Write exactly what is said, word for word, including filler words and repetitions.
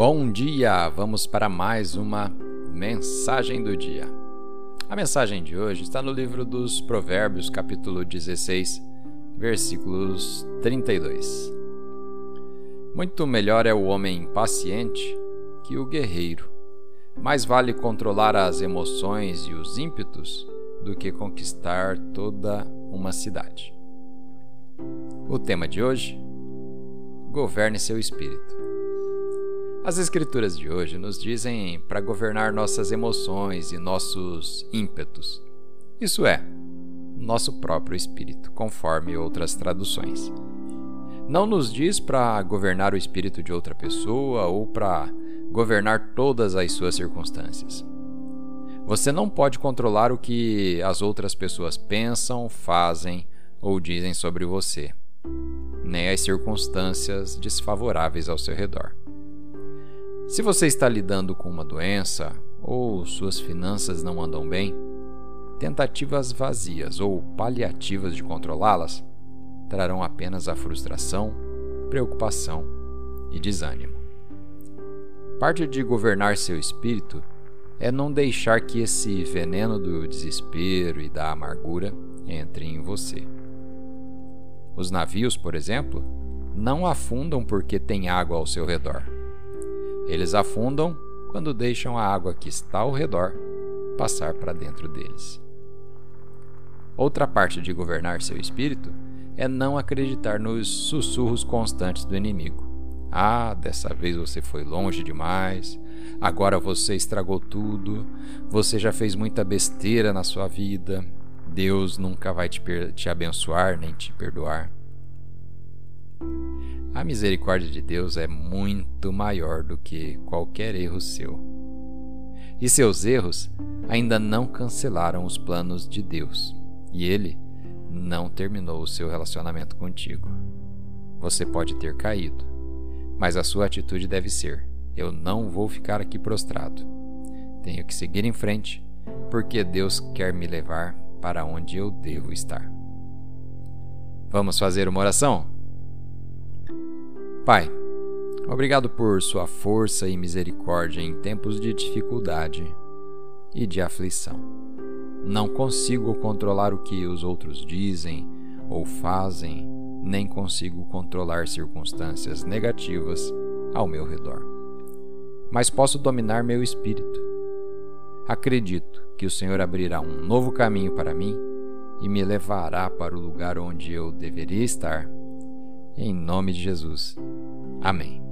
Bom dia! Vamos para mais uma mensagem do dia. A mensagem de hoje está no livro dos Provérbios, capítulo dezesseis, versículos trinta e dois. Muito melhor é o homem paciente que o guerreiro. Mais vale controlar as emoções e os ímpetos do que conquistar toda uma cidade. O tema de hoje: governe seu espírito. As escrituras de hoje nos dizem para governar nossas emoções e nossos ímpetos. Isso é, nosso próprio espírito, conforme outras traduções. Não nos diz para governar o espírito de outra pessoa ou para governar todas as suas circunstâncias. Você não pode controlar o que as outras pessoas pensam, fazem ou dizem sobre você, nem as circunstâncias desfavoráveis ao seu redor. Se você está lidando com uma doença ou suas finanças não andam bem, tentativas vazias ou paliativas de controlá-las trarão apenas a frustração, preocupação e desânimo. Parte de governar seu espírito é não deixar que esse veneno do desespero e da amargura entre em você. Os navios, por exemplo, não afundam porque tem água ao seu redor. Eles afundam quando deixam a água que está ao redor passar para dentro deles. Outra parte de governar seu espírito é não acreditar nos sussurros constantes do inimigo. Ah, dessa vez você foi longe demais, agora você estragou tudo, você já fez muita besteira na sua vida, Deus nunca vai te, per- te abençoar nem te perdoar. A misericórdia de Deus é muito maior do que qualquer erro seu. E seus erros ainda não cancelaram os planos de Deus. E Ele não terminou o seu relacionamento contigo. Você pode ter caído, mas a sua atitude deve ser: eu não vou ficar aqui prostrado. Tenho que seguir em frente, porque Deus quer me levar para onde eu devo estar. Vamos fazer uma oração? Pai, obrigado por sua força e misericórdia em tempos de dificuldade e de aflição. Não consigo controlar o que os outros dizem ou fazem, nem consigo controlar circunstâncias negativas ao meu redor. Mas posso dominar meu espírito. Acredito que o Senhor abrirá um novo caminho para mim e me levará para o lugar onde eu deveria estar. Em nome de Jesus. Amém.